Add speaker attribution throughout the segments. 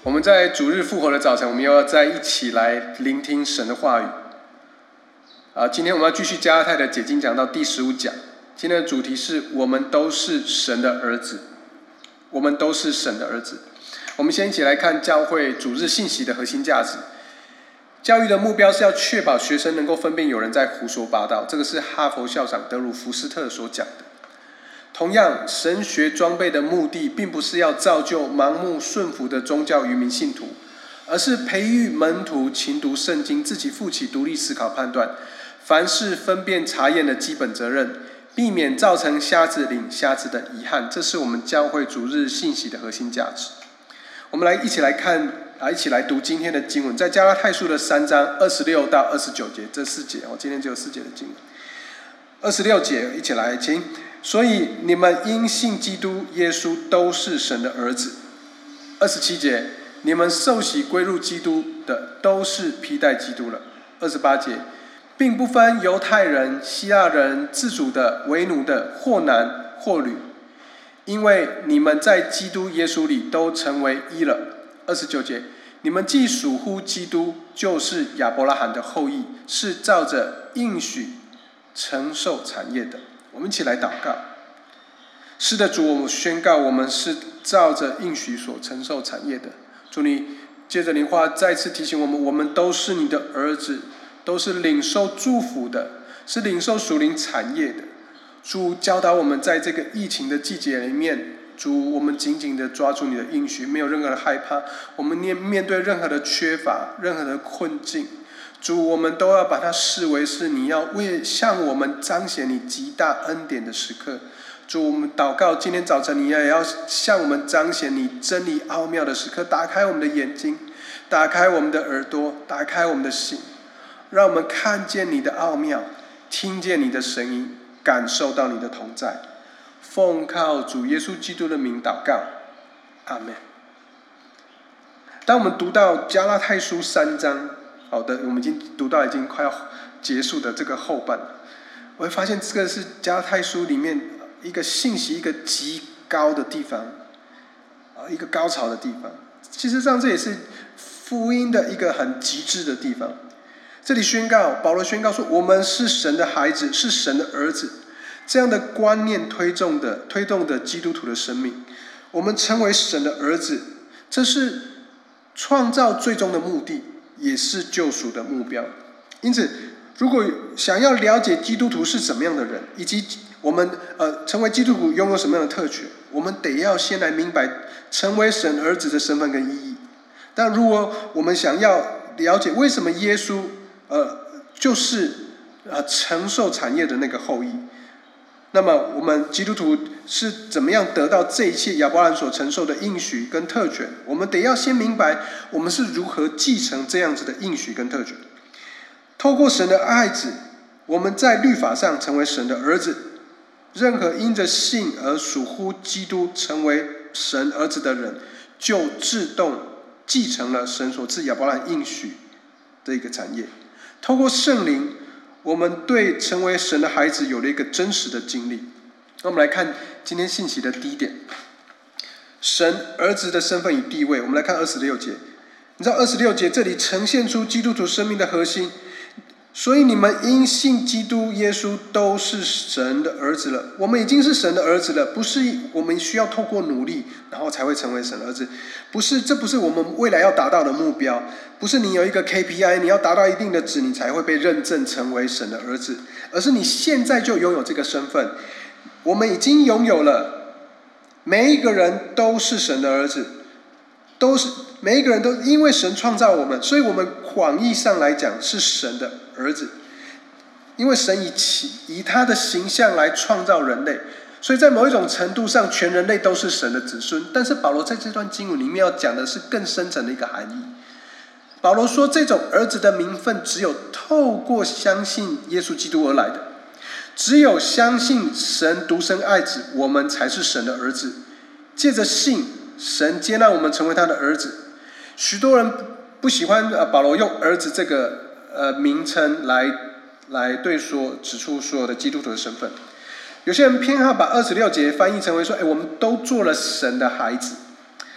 Speaker 1: 我们在主日复活的早晨，我们又要在一起来聆听神的话语。今天我们要继续加拉太的解经讲到第15讲。今天的主题是我们都是神的儿子。我们都是神的儿子。我们先一起来看教会主日信息的核心价值。教育的目标是要确保学生能够分辨有人在胡说八道，这个是哈佛校长德鲁福斯特所讲的。同样，神学装备的目的并不是要造就盲目顺服的宗教愚民信徒，而是培育门徒勤读圣经，自己负起独立思考判断，凡事分辨查验的基本责任，避免造成瞎子领瞎子的遗憾。这是我们教会主日信息的核心价值。我们一起来看一起来读今天的经文，在加拉太书的3章26到29节，这4节，今天只有4节的经文。26节，一起来，请。所以你们因信基督耶稣都是神的儿子。27节，你们受洗归入基督的都是披戴基督了。28节，并不分犹太人、希腊人、自主的、为奴的，或男或女，因为你们在基督耶稣里都成为一了。29节，你们既属乎基督，就是亚伯拉罕的后裔，是照着应许承受产业的。我们一起来祷告。是的，主，我们宣告我们是照着应许所承受产业的。主，你借着你话再次提醒我们，我们都是你的儿子，都是领受祝福的，是领受属灵产业的。主，教导我们在这个疫情的季节里面，主，我们紧紧地抓住你的应许，没有任何的害怕。我们面对任何的缺乏，任何的困境，主，我们都要把它视为是你要向我们彰显你极大恩典的时刻。主，我们祷告，今天早晨你也要向我们彰显你真理奥妙的时刻，打开我们的眼睛，打开我们的耳朵，打开我们的心，让我们看见你的奥妙，听见你的声音，感受到你的同在。奉靠主耶稣基督的名祷告，阿们。当我们读到加拉太书3章，好的，我们已经读到已经快要结束的这个后半，我会发现这个是加拉太书里面一个信息一个极高的地方，一个高潮的地方。其实上这也是福音的一个很极致的地方。这里保罗宣告说，我们是神的孩子，是神的儿子。这样的观念推动的基督徒的生命，我们成为神的儿子，这是创造最终的目的，也是救赎的目标。因此，如果想要了解基督徒是什么样的人，以及我们成为基督徒拥有什么样的特权，我们得要先来明白成为神儿子的身份跟意义。但如果我们想要了解为什么耶稣就是承受产业的那个后裔，那么我们基督徒是怎么样得到这一切亚伯拉罕所承受的应许跟特权？我们得要先明白我们是如何继承这样子的应许跟特权。透过神的爱子，我们在律法上成为神的儿子。任何因着信而属乎基督成为神儿子的人，就自动继承了神所赐亚伯拉罕应许的一个产业。透过圣灵，我们对成为神的孩子有了一个真实的经历。那我们来看今天信息的第一点，神儿子的身份与地位。我们来看26节，你知道26节这里呈现出基督徒生命的核心。所以你们因信基督耶稣都是神的儿子了。我们已经是神的儿子了，不是我们需要透过努力然后才会成为神的儿子，这不是我们未来要达到的目标，不是你有一个 KPI 你要达到一定的值你才会被认证成为神的儿子，而是你现在就拥有这个身份。我们已经拥有了，每一个人都是神的儿子，每一个人都因为神创造我们，所以我们广义上来讲是神的儿子。因为神以他的形象来创造人类，所以在某一种程度上全人类都是神的子孙。但是保罗在这段经文里面要讲的是更深层的一个含义。保罗说，这种儿子的名分只有透过相信耶稣基督而来的，只有相信神独生爱子，我们才是神的儿子。借着信，神接纳我们成为他的儿子。许多人不喜欢保罗用儿子这个名称来指出所有的基督徒的身份。有些人偏好把26节翻译成为说，我们都做了神的孩子。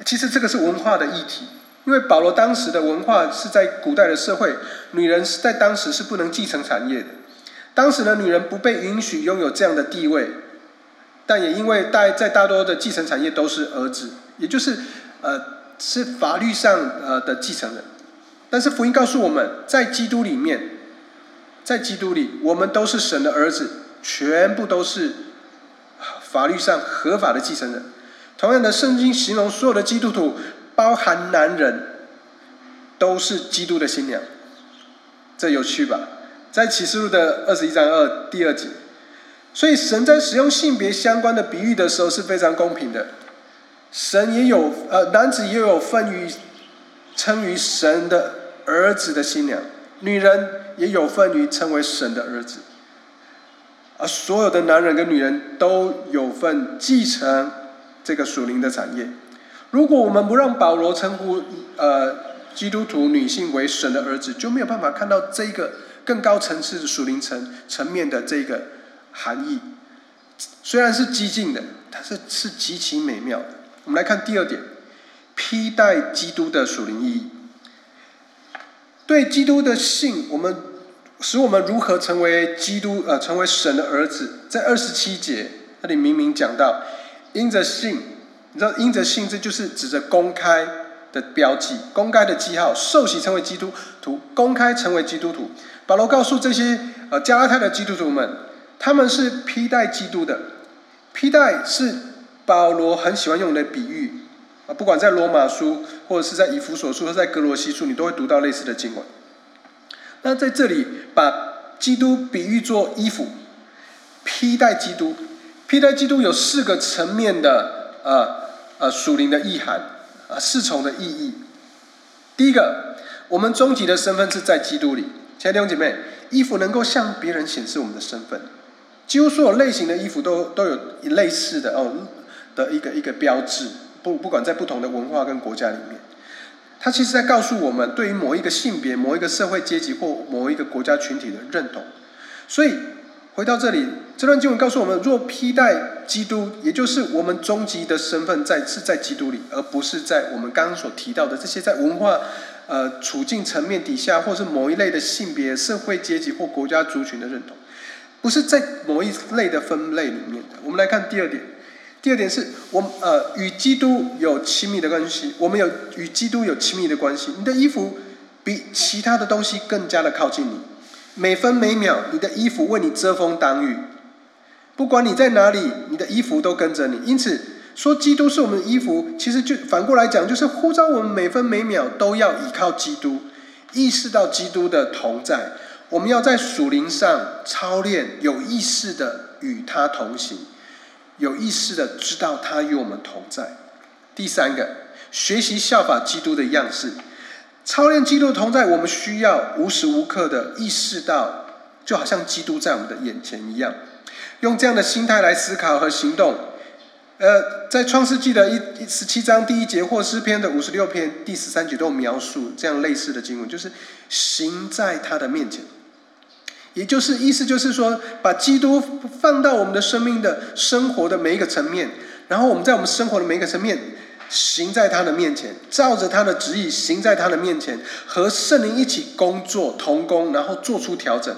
Speaker 1: 其实这个是文化的议题，因为保罗当时的文化是在古代的社会，女人是在当时是不能继承产业的。当时的女人不被允许拥有这样的地位，但也因为在大多的继承产业都是儿子，也就是是法律上的继承人。但是福音告诉我们，在基督里面，在基督里，我们都是神的儿子，全部都是法律上合法的继承人。同样的，圣经形容所有的基督徒，包含男人，都是基督的新娘。这有趣吧？在启示录的21章第2节。所以神在使用性别相关的比喻的时候是非常公平的。神也有男子也有份于称于神的儿子的新娘，女人也有份于成为神的儿子。而所有的男人跟女人都有份继承这个属灵的产业。如果我们不让保罗称呼基督徒女性为神的儿子，就没有办法看到这个更高层次的属灵层面的这个含义。虽然是激进的，但是极其美妙的。我们来看第2点，披戴基督的属灵意义。对基督的信，使我们如何成为成为神的儿子。在27节那里明明讲到，因着信，你知道因着信，这就是指着公开的标记，公开的记号，受洗成为基督徒，公开成为基督徒。保罗告诉这些加拉太的基督徒们，他们是披戴基督的。披戴是保罗很喜欢用的比喻，不管在罗马书，或者是在以弗所书，或者在哥罗西书，你都会读到类似的经文。那在这里把基督比喻作衣服，披戴基督，披戴基督有4个层面的属灵的意涵，4重的意义。第一个，我们终极的身份是在基督里。亲爱的弟兄姐妹，衣服能够向别人显示我们的身份。几乎所有类型的衣服都有类似的一个标志，不管在不同的文化跟国家里面，它其实在告诉我们对于某一个性别、某一个社会阶级或某一个国家群体的认同。所以回到这里，这段经文告诉我们，若披戴基督，也就是我们终极的身份是在基督里，而不是在我们刚刚所提到的这些在文化处境层面底下，或是某一类的性别、社会阶级或国家族群的认同。不是在某一类的分类里面的。我们来看第2点。第2点是我们与基督有亲密的关系。我们与基督有亲密的关系。你的衣服比其他的东西更加的靠近你，每分每秒你的衣服为你遮风挡雨，不管你在哪里，你的衣服都跟着你。因此说基督是我们的衣服，其实就反过来讲，就是呼召我们每分每秒都要依靠基督，意识到基督的同在。我们要在属灵上操练，有意识的与他同行，有意识的知道他与我们同在。第3个，学习效法基督的样式。操练基督的同在，我们需要无时无刻的意识到，就好像基督在我们的眼前一样，用这样的心态来思考和行动。在创世纪的17章第1节或诗篇的56篇第13节都有描述这样类似的经文，就是行在他的面前。也就是意思就是说，把基督放到我们的生命的生活的每一个层面，然后我们在我们生活的每一个层面行在他的面前，照着他的旨意行在他的面前，和圣灵一起工作同工，然后做出调整。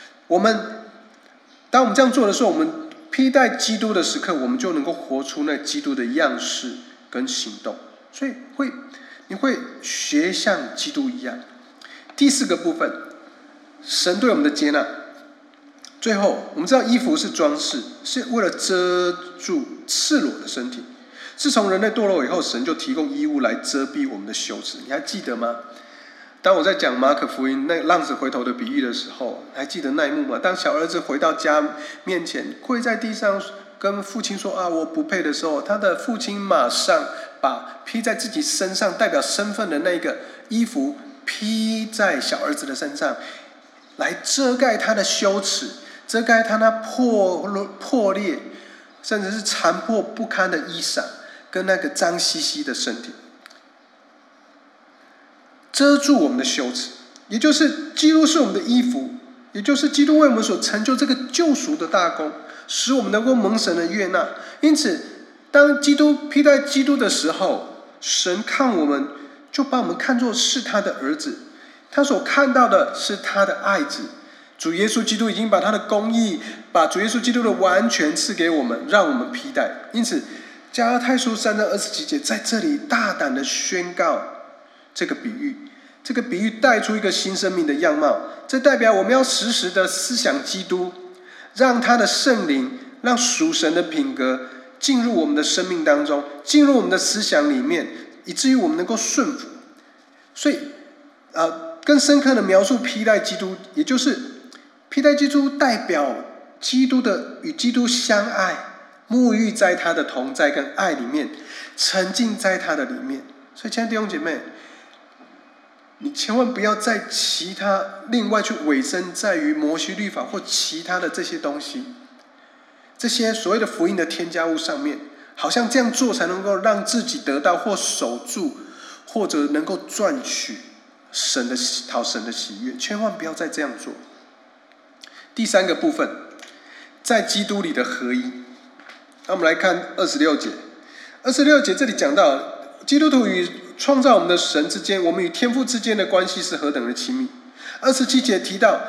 Speaker 1: 当我们这样做的时候，我们披戴基督的时刻，我们就能够活出那基督的样式跟行动，所以你会学像基督一样。第4个部分，神对我们的接纳。最后，我们知道衣服是装饰，是为了遮住赤裸的身体。自从人类堕落以后，神就提供衣物来遮蔽我们的羞耻。你还记得吗？当我在讲马可福音那浪子回头的比喻的时候，还记得那一幕吗？当小儿子回到家面前，跪在地上跟父亲说我不配的时候，他的父亲马上把披在自己身上代表身份的那个衣服披在小儿子的身上，来遮盖他的羞耻，遮盖他那破裂甚至是残破不堪的衣裳跟那个脏兮兮的身体，遮住我们的羞耻。也就是基督是我们的衣服，也就是基督为我们所成就这个救赎的大功，使我们能够蒙神的悦纳。因此当基督披戴基督的时候， 神看我们，就把我们看作是他的儿子，他所看到的是他的爱子。主耶稣基督已经把他的公义，把主耶稣基督的完全赐给我们，让我们披戴。因此加拉太书3章27节在这里大胆的宣告这个比喻，这个比喻带出一个新生命的样貌。这代表我们要时时的思想基督，让他的圣灵，让属神的品格进入我们的生命当中，进入我们的思想里面，以至于我们能够顺服。所以更深刻的描述披戴基督，也就是披戴基督代表基督的与基督相爱，沐浴在他的同在跟爱里面，沉浸在他的里面。所以亲爱的弟兄姐妹，你千万不要在其他另外去委身在于摩西律法或其他的这些东西，这些所谓的福音的添加物上面，好像这样做才能够让自己得到或守住，或者能够赚取讨神的喜悦。千万不要再这样做。第三个部分，在基督里的合一。那我们来看26节。26节这里讲到基督徒与创造我们的神之间，我们与天父之间的关系是何等的亲密。27节提到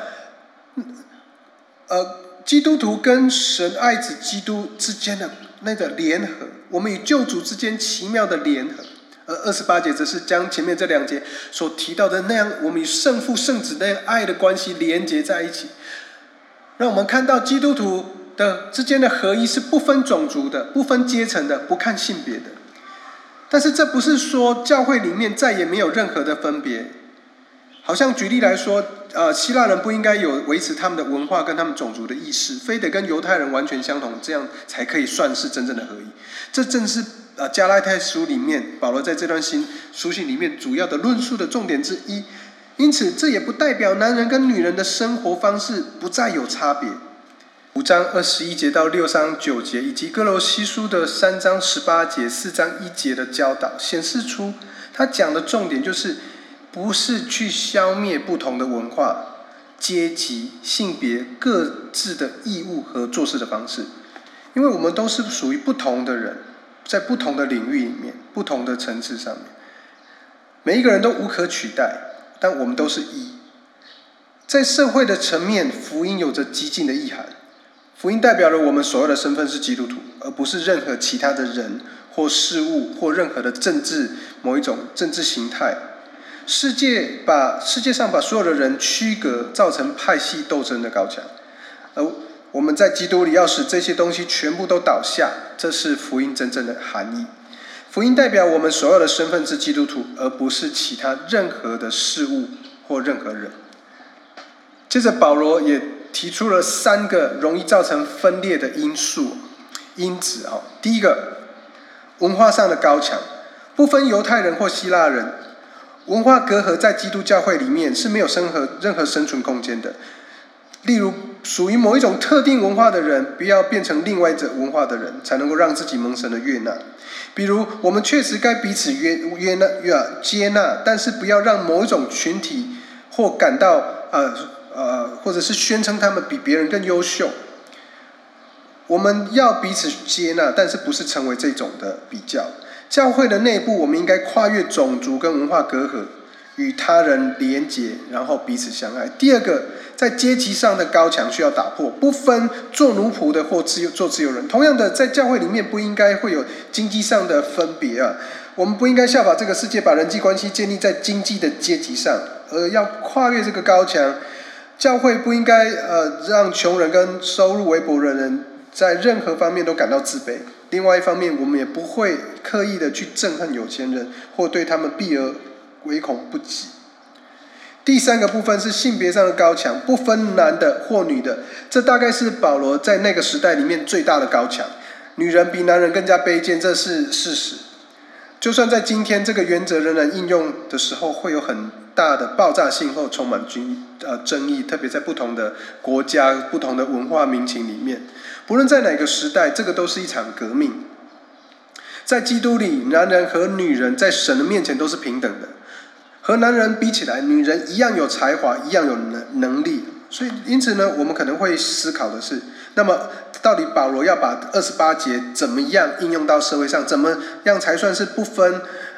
Speaker 1: 基督徒跟神爱子基督之间的那个联合，我们与救主之间奇妙的联合。而28节则是将前面这2节所提到的那样，我们与圣父圣子那样爱的关系连结在一起，让我们看到基督徒的之间的合一是不分种族的，不分阶层的，不看性别的。但是这不是说教会里面再也没有任何的分别。好像举例来说，希腊人不应该有维持他们的文化跟他们种族的意识，非得跟犹太人完全相同，这样才可以算是真正的合一。这正是加拉太书里面保罗在这段新书信里面主要的论述的重点之一。因此这也不代表男人跟女人的生活方式不再有差别。5章21节到6章9节，以及哥罗西书的3章18节、4章1节的教导，显示出他讲的重点就是不是去消灭不同的文化、阶级、性别各自的义务和做事的方式，因为我们都是属于不同的人，在不同的领域里面，不同的层次上面，每一个人都无可取代，但我们都是一。在社会的层面，福音有着激进的意涵。福音代表了我们所有的身份是基督徒，而不是任何其他的人或事物或任何的某一种政治形态。世界上把所有的人区隔，造成派系斗争的高墙。而我们在基督里要使这些东西全部都倒下，这是福音真正的含义。福音代表我们所有的身份是基督徒，而不是其他任何的事物或任何人。接着保罗也提出了3个容易造成分裂的因子。第一个，文化上的高墙，不分犹太人或希腊人，文化隔阂在基督教会里面是没有任何生存空间的。例如属于某一种特定文化的人，不要变成另外一种文化的人，才能够让自己蒙神的悦纳。比如我们确实该彼此接纳，但是不要让某一种群体或感到或者是宣称他们比别人更优秀。我们要彼此接纳，但是不是成为这种的比较。教会的内部，我们应该跨越种族跟文化隔阂，与他人连结，然后彼此相爱。第二个，在阶级上的高墙需要打破，不分做奴仆的或做自由人。同样的，在教会里面不应该会有经济上的分别我们不应该效法这个世界，把人际关系建立在经济的阶级上，而要跨越这个高墙。教会不应该让穷人跟收入微薄的人在任何方面都感到自卑。另外一方面，我们也不会刻意的去憎恨有钱人，或对他们避而唯恐不及。第3个部分是性别上的高墙，不分男的或女的，这大概是保罗在那个时代里面最大的高墙。女人比男人更加卑贱，这是事实。就算在今天，这个原则仍然应用的时候，会有很大的爆炸性或充满争议，特别在不同的国家、不同的文化民情里面。不论在哪个时代，这个都是一场革命。在基督里，男人和女人在神的面前都是平等的。和男人比起来，女人一样有才华，一样有能力。所以因此呢，我们可能会思考的是，那么到底保罗要把28节怎么样应用到社会上？怎么样才算是不分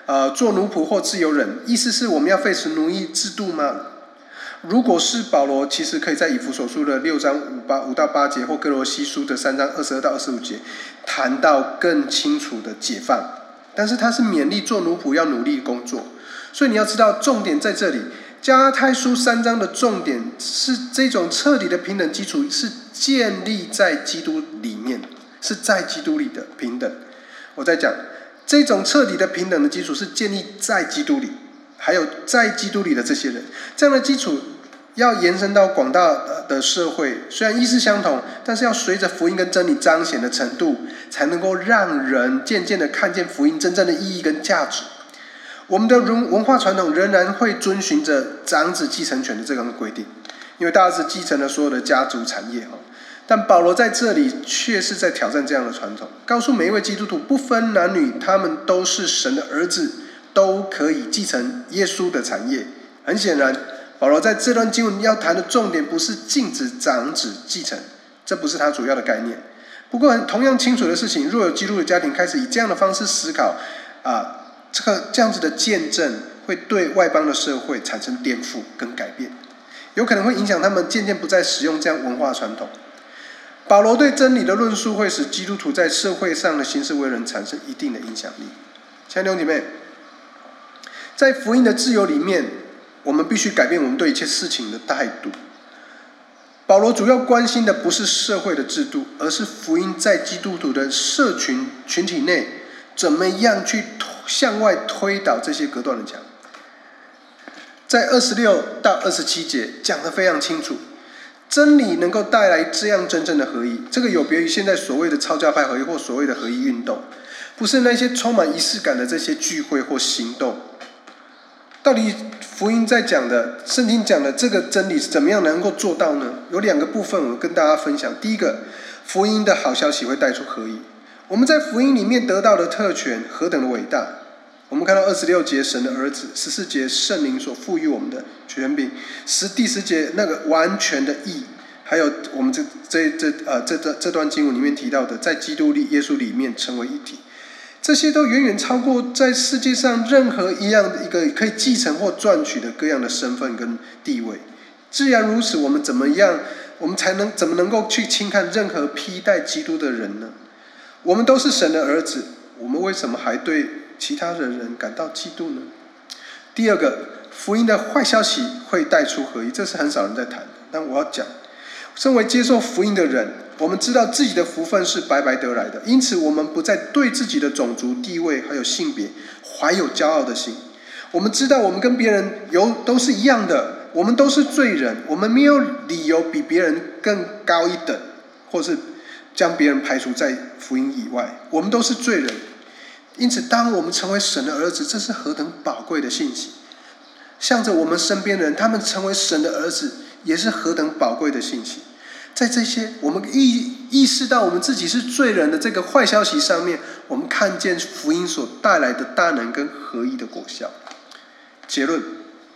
Speaker 1: 做奴仆或自由人，意思是我们要废除奴役制度吗？如果是，保罗其实可以在以弗所书的6章5到8节，或哥罗西书的3章22到25节谈到更清楚的解放。但是他是勉励做奴仆要努力工作，所以你要知道重点在这里。加拉太书3章的重点是这种彻底的平等基础是建立在基督里面，是在基督里的平等。我在讲这种彻底的平等的基础是建立在基督里，还有在基督里的这些人，这样的基础要延伸到广大的社会，虽然意思相同，但是要随着福音跟真理彰显的程度，才能够让人渐渐的看见福音真正的意义跟价值。我们的文化传统仍然会遵循着长子继承权的这个规定，因为大儿子继承了所有的家族产业，但保罗在这里却是在挑战这样的传统，告诉每一位基督徒不分男女，他们都是神的儿子，都可以继承耶稣的产业。很显然，保罗在这段经文要谈的重点不是禁止长子继承，这不是他主要的概念。不过同样清楚的事情，若有基督的家庭开始以这样的方式思考，这样子的见证会对外邦的社会产生颠覆跟改变，有可能会影响他们渐渐不再使用这样文化传统。保罗对真理的论述会使基督徒在社会上的行事为人产生一定的影响力。亲爱的弟兄姐妹，在福音的自由里面，我们必须改变我们对一切事情的态度。保罗主要关心的不是社会的制度，而是福音在基督徒的社群群体内怎么样去向外推倒这些隔断的墙。在26到27节讲得非常清楚，真理能够带来这样真正的合一，这个有别于现在所谓的超教派合一或所谓的合一运动，不是那些充满仪式感的这些聚会或行动。到底福音在讲的，圣经讲的这个真理是怎么样能够做到呢？有2个部分我跟大家分享。第一个，福音的好消息会带出合一。我们在福音里面得到的特权何等的伟大！我们看到26节神的儿子，14节圣灵所赋予我们的权柄，第10节那个完全的义，还有我们这段经文里面提到的，在基督耶稣里面成为一体，这些都远远超过在世界上任何一样的一个可以继承或赚取的各样的身份跟地位。既然如此，我们怎么能够去轻看任何披戴基督的人呢？我们都是神的儿子，我们为什么还对其他的人感到嫉妒呢？第二个，福音的坏消息会带出合一，这是很少人在谈的，但我要讲，身为接受福音的人，我们知道自己的福分是白白得来的，因此我们不再对自己的种族、地位还有性别怀有骄傲的心。我们知道我们跟别人都是一样的，我们都是罪人，我们没有理由比别人更高一等，或是将别人排除在福音以外，我们都是罪人。因此当我们成为神的儿子，这是何等宝贵的信息。向着我们身边的人，他们成为神的儿子，也是何等宝贵的信息。在这些我们意识到我们自己是罪人的这个坏消息上面，我们看见福音所带来的大能跟合一的果效。结论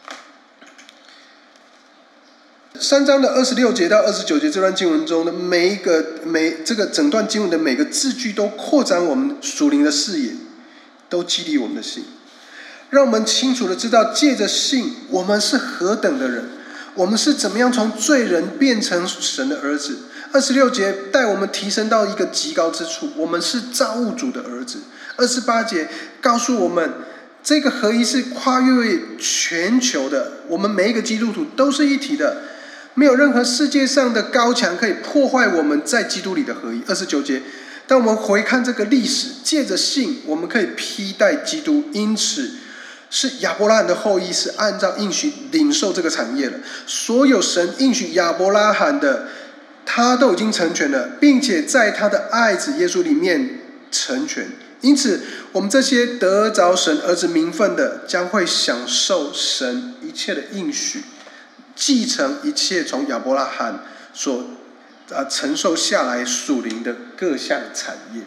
Speaker 1: ，3章的26节到29节这段经文中的这个整段经文的每个字句都扩展我们属灵的视野，都激励我们的心，让我们清楚的知道借着信我们是何等的人，我们是怎么样从罪人变成神的儿子。26节带我们提升到一个极高之处，我们是造物主的儿子。28节告诉我们这个合一是跨越全球的，我们每一个基督徒都是一体的，没有任何世界上的高墙可以破坏我们在基督里的合一。29节，当我们回看这个历史，借着信我们可以披戴基督，因此是亚伯拉罕的后裔，是按照应许领受这个产业了。所有神应许亚伯拉罕的，他都已经成全了，并且在他的爱子耶稣里面成全。因此我们这些得着神儿子名分的，将会享受神一切的应许，继承一切从亚伯拉罕所承受下来属灵的各项产业。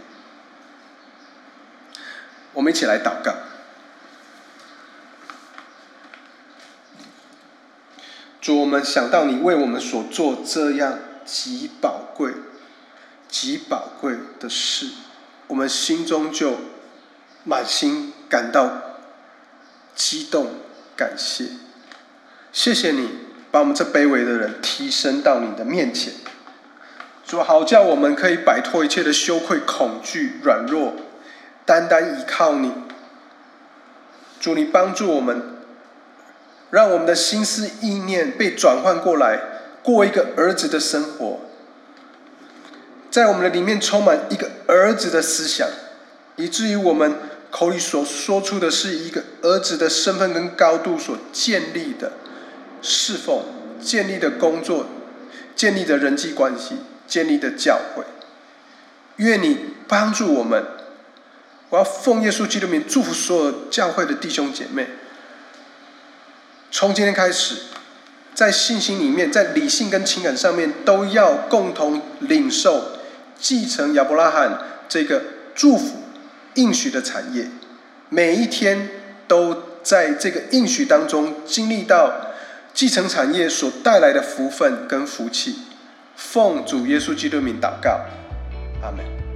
Speaker 1: 我们一起来祷告。主，我们想到你为我们所做这样极宝贵的事，我们心中就满心感到激动感谢。谢谢你把我们这卑微的人提升到你的面前，主，好叫我们可以摆脱一切的羞愧、恐惧、软弱，单单依靠你。主，你帮助我们，让我们的心思意念被转换过来，过一个儿子的生活，在我们的里面充满一个儿子的思想，以至于我们口里所说出的是一个儿子的身份跟高度所建立的侍奉、建立的工作、建立的人际关系、建立的教会。愿你帮助我们，我要奉耶稣基督名祝福所有教会的弟兄姐妹，从今天开始，在信心里面，在理性跟情感上面，都要共同领受、继承亚伯拉罕这个祝福应许的产业，每一天都在这个应许当中经历到继承产业所带来的福分跟福气。奉主耶稣基督名祷告，阿们。